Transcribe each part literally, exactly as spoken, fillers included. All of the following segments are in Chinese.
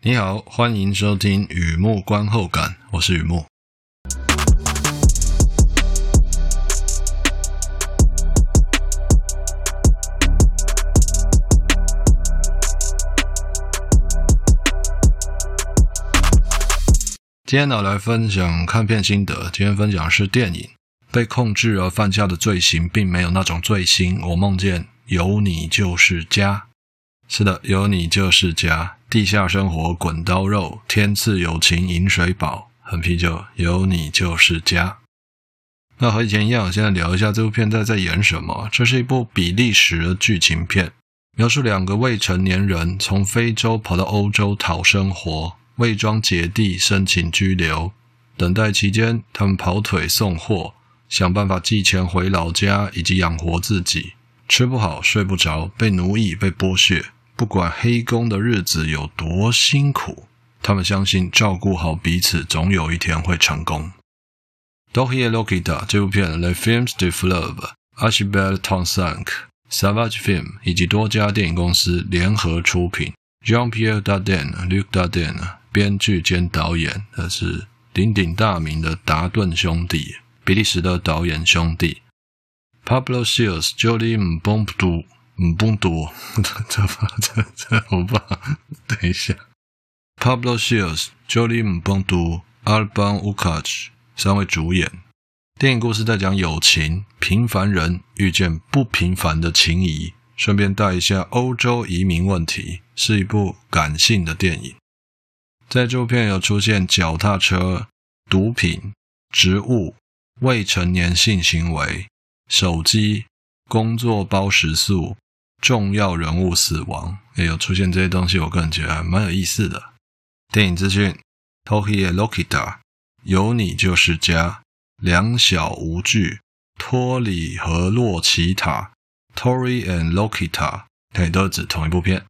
你好，欢迎收听雨幕观后感，我是雨幕。今天呢，来分享看片心得。今天分享的是电影。被控制而犯下的罪行并没有那种罪行，我梦见有你就是家。是的，有你就是家。地下生活滚刀肉，天赐友情饮水饱，很啤酒，有你就是家。那和以前一样，现在聊一下这部片在在演什么。这是一部比利时的剧情片，描述两个未成年人从非洲跑到欧洲讨生活，伪装姐弟申请居留，等待期间他们跑腿送货，想办法寄钱回老家以及养活自己，吃不好睡不着，被奴役被剥削，不管黑工的日子有多辛苦，他们相信照顾好彼此总有一天会成功。Tohei Lokita 这部片 Les Films de Fleuve、Archibald Townsend、Savage Film 以及多家电影公司联合出品， Jean-Pierre Dardenne、Luc Dardenne 编剧兼导演，这是鼎鼎大名的达顿兄弟，比利时的导演兄弟。 Pablo Sils、Jolie Mboumboudou 这这这我不知道，等一下。 Pablo Sils、Jolie Mboumboudou、Alban Ukac 三位主演。电影故事在讲友情，平凡人遇见不平凡的情谊，顺便带一下欧洲移民问题，是一部感性的电影。在这部片有出现脚踏车、毒品、植物、未成年性行为、手机、工作包食宿、重要人物死亡，也有出现这些东西，我个人觉得还蛮有意思的。电影资讯 Tohei Lokita 有你就是家，两小无惧，托里和洛奇塔 Tori and Lokita 都指同一部片。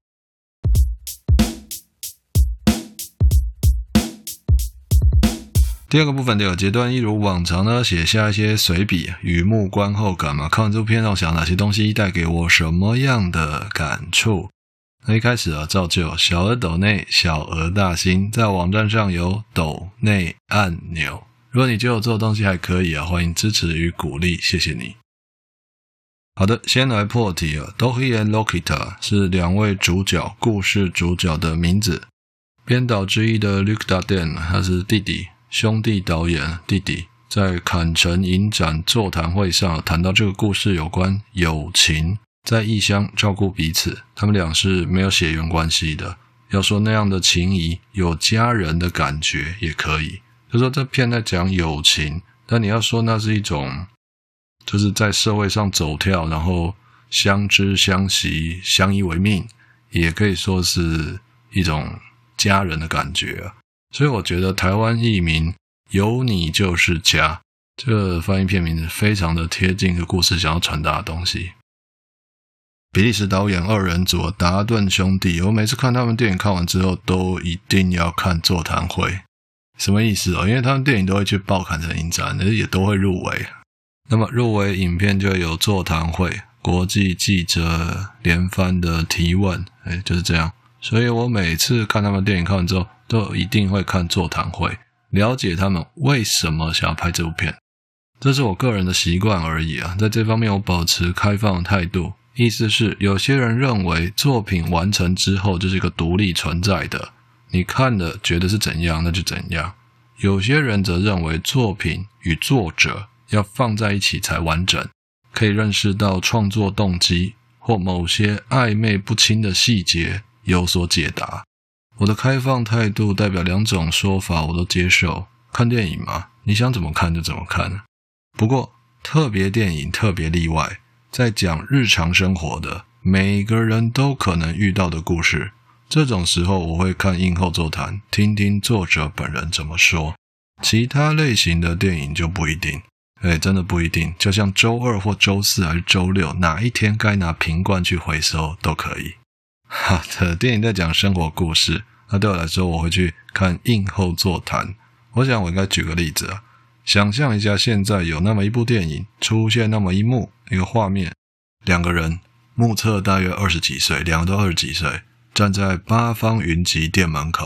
第二个部分的有阶段，一如往常呢，写下一些随笔，雨幕观后感嘛。看完这部片让我想哪些东西带给我什么样的感触。那一开始啊，照旧小额抖内，小额大新，在网站上有抖内按钮。如果你觉得我做的东西还可以啊，欢迎支持与鼓励，谢谢你。好的，先来破题啊。Tohei and Lokita 是两位主角，故事主角的名字。编导之一的 Luc Dardenne 他是弟弟。兄弟导演弟弟在坎城影展座谈会上谈到这个故事有关友情，在异乡照顾彼此，他们俩是没有血缘关系的，要说那样的情谊有家人的感觉也可以，就说这片在讲友情，但你要说那是一种就是在社会上走跳，然后相知相惜相依为命，也可以说是一种家人的感觉啊。所以我觉得台湾译名有你就是家，这个翻译片名字非常的贴近这个故事想要传达的东西。比利时导演二人组达顿兄弟，我每次看他们电影看完之后都一定要看座谈会。什么意思哦？因为他们电影都会去报坎城影展，也都会入围。那么入围影片就有座谈会，国际记者连番的提问，诶就是这样。所以我每次看他们电影看完之后都一定会看座谈会，了解他们为什么想要拍这部片。这是我个人的习惯而已啊，在这方面我保持开放的态度，意思是有些人认为作品完成之后就是一个独立存在的，你看了觉得是怎样那就怎样。有些人则认为作品与作者要放在一起才完整，可以认识到创作动机或某些暧昧不清的细节有所解答。我的开放态度代表两种说法我都接受，看电影嘛，你想怎么看就怎么看。不过特别电影特别例外，在讲日常生活的每个人都可能遇到的故事，这种时候我会看映后座谈，听听作者本人怎么说。其他类型的电影就不一定，哎，真的不一定，就像周二或周四还是周六哪一天该拿瓶罐去回收都可以。好的，电影在讲生活故事，那对我来说我会去看映后座谈。我想我应该举个例子啊，想象一下现在有那么一部电影出现那么一幕，一个画面，两个人目测大约二十几岁，两个都二十几岁，站在八方云集店门口，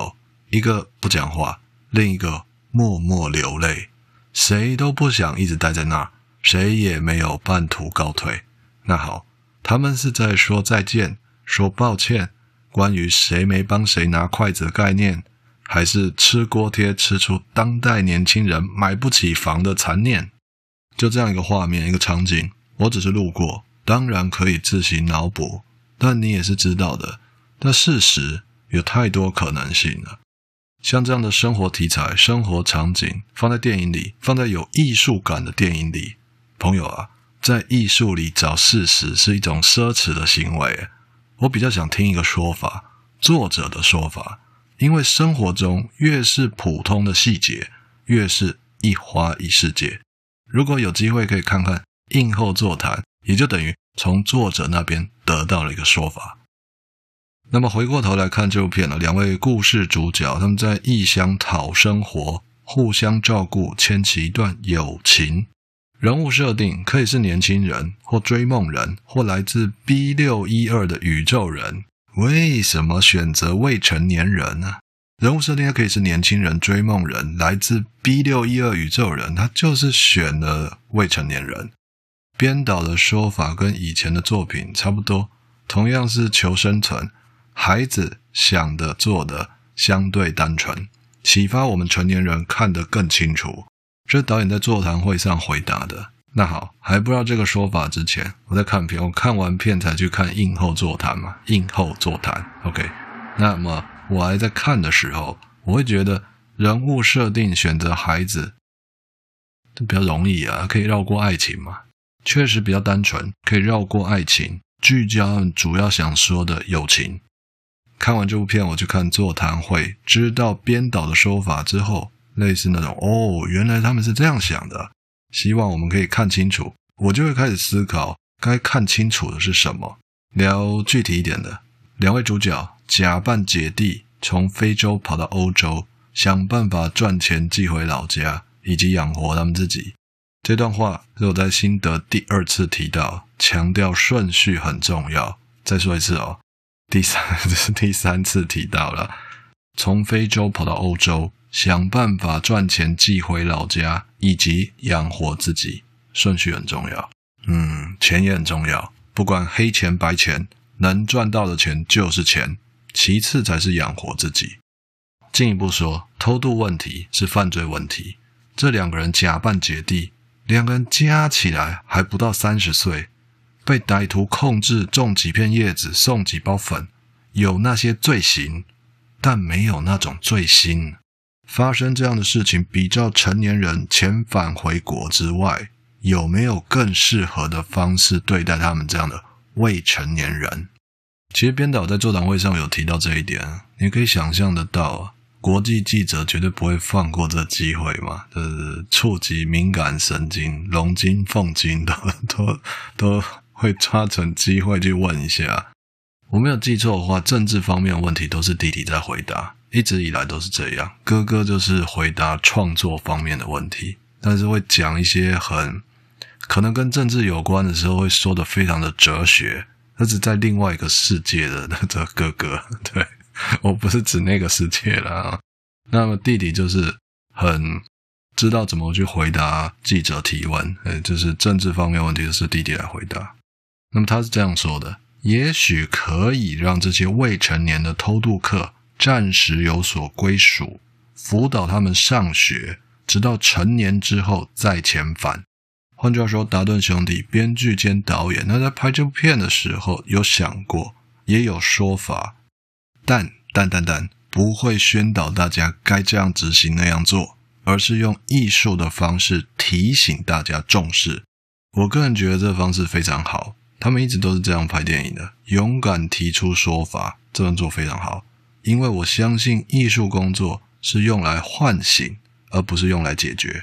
一个不讲话，另一个默默流泪，谁都不想一直待在那儿，谁也没有半途告退。那好，他们是在说再见，说抱歉，关于谁没帮谁拿筷子的概念，还是吃锅贴吃出当代年轻人买不起房的残念？就这样一个画面，一个场景，我只是路过，当然可以自行脑补，但你也是知道的，但事实有太多可能性了。像这样的生活题材、生活场景放在电影里，放在有艺术感的电影里，朋友啊，在艺术里找事实是一种奢侈的行为。我比较想听一个说法，作者的说法，因为生活中越是普通的细节，越是一花一世界。如果有机会可以看看映后座谈，也就等于从作者那边得到了一个说法。那么回过头来看这部片了，两位故事主角他们在异乡讨生活，互相照顾，牵起一段友情。人物设定可以是年轻人，或追梦人，或来自 B 六一二 的宇宙人。为什么选择未成年人呢？人物设定可以是年轻人、追梦人，来自 B 六一二 宇宙人，他就是选了未成年人。编导的说法跟以前的作品差不多，同样是求生存，孩子想的做的相对单纯，启发我们成年人看得更清楚。这是导演在座谈会上回答的。那好，还不知道这个说法之前，我在看片，我看完片才去看映后座谈嘛，映后座谈 OK。 那么我还在看的时候，我会觉得人物设定选择孩子这比较容易啊，可以绕过爱情嘛，确实比较单纯，可以绕过爱情，聚焦主要想说的友情。看完这部片我去看座谈会，知道编导的说法之后，类似那种哦，原来他们是这样想的，希望我们可以看清楚，我就会开始思考该看清楚的是什么。聊具体一点的，两位主角假扮姐弟从非洲跑到欧洲，想办法赚钱寄回老家，以及养活他们自己。这段话是我在心得第二次提到，强调顺序很重要。再说一次哦，第三这是第三次提到了，从非洲跑到欧洲，想办法赚钱寄回老家，以及养活自己，顺序很重要。嗯，钱也很重要，不管黑钱白钱，能赚到的钱就是钱，其次才是养活自己。进一步说，偷渡问题是犯罪问题。这两个人假扮姐弟，两个人加起来还不到三十岁，被歹徒控制，种几片叶子，送几包粉，有那些罪行，但没有那种罪心。发生这样的事情，比照成年人遣返回国之外，有没有更适合的方式对待他们这样的未成年人？其实编导在座谈会上有提到这一点，你可以想象得到，国际记者绝对不会放过这机会嘛，就是触及敏感神经，龙筋凤筋都都都会抓准机会去问一下。我没有记错的话，政治方面的问题都是弟弟在回答，一直以来都是这样。哥哥就是回答创作方面的问题，但是会讲一些很可能跟政治有关的时候，会说得非常的哲学，那是在另外一个世界的那个哥哥，对，我不是指那个世界啦。那么弟弟就是很知道怎么去回答记者提问，就是政治方面问题就是弟弟来回答。那么他是这样说的，也许可以让这些未成年的偷渡客暂时有所归属，辅导他们上学，直到成年之后再遣返。换句话说，达顿兄弟编剧兼导演，他在拍这部片的时候有想过，也有说法，但但但但不会宣导大家该这样执行那样做，而是用艺术的方式提醒大家重视。我个人觉得这个方式非常好，他们一直都是这样拍电影的，勇敢提出说法，这样做非常好。因为我相信艺术工作是用来唤醒，而不是用来解决。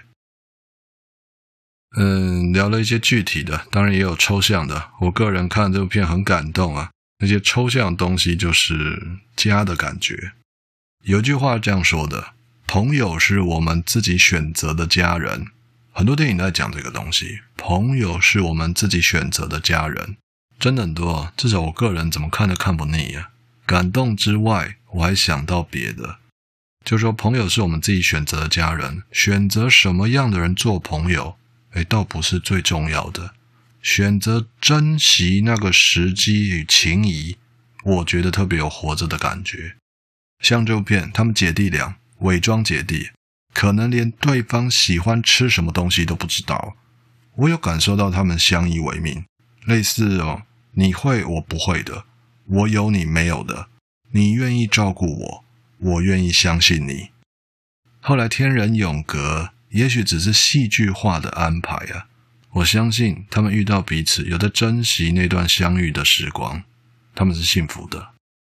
嗯，聊了一些具体的，当然也有抽象的。我个人看这部片很感动啊，那些抽象的东西就是家的感觉。有句话这样说的，朋友是我们自己选择的家人。很多电影在讲这个东西，朋友是我们自己选择的家人，真的很多，至少我个人怎么看都看不腻啊。感动之外，我还想到别的。 就说朋友是我们自己选择的家人，选择什么样的人做朋友，诶，倒不是最重要的。选择珍惜那个时机与情谊，我觉得特别有活着的感觉。像这部片，他们姐弟俩伪装姐弟，可能连对方喜欢吃什么东西都不知道。我有感受到他们相依为命，类似哦，你会我不会的，我有你没有的，你愿意照顾我，我愿意相信你。后来天人永隔，也许只是戏剧化的安排啊。我相信他们遇到彼此，有在珍惜那段相遇的时光，他们是幸福的。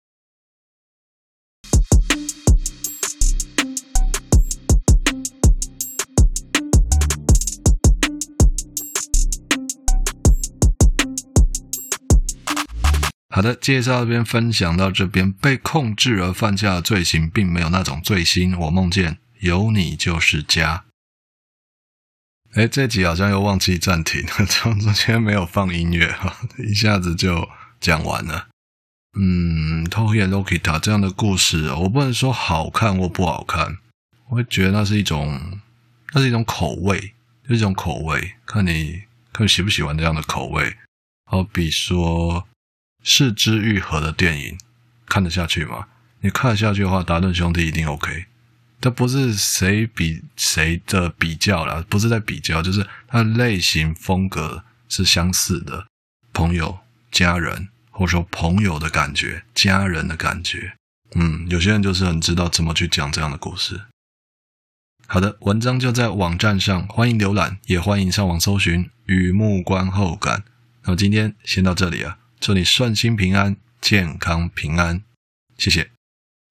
好的，介绍这边分享到这边，被控制而犯下的罪行并没有那种罪心，我梦见有你就是家。诶，这集好像又忘记暂停了，中间没有放音乐，一下子就讲完了。嗯 Touhou Lokita 这样的故事，我不能说好看或不好看，我会觉得那是一种那是一种口味，就是一种口味，看你看你喜不喜欢这样的口味。好比说是之愈合的电影看得下去吗？你看得下去的话，达顿兄弟一定 OK。它不是谁比谁的比较啦，不是在比较，就是它的类型风格是相似的。朋友、家人，或者说朋友的感觉，家人的感觉。嗯，有些人就是很知道怎么去讲这样的故事。好的，文章就在网站上，欢迎浏览，也欢迎上网搜寻雨幕观后感。那么今天先到这里啊，祝你顺心平安，健康平安，谢谢。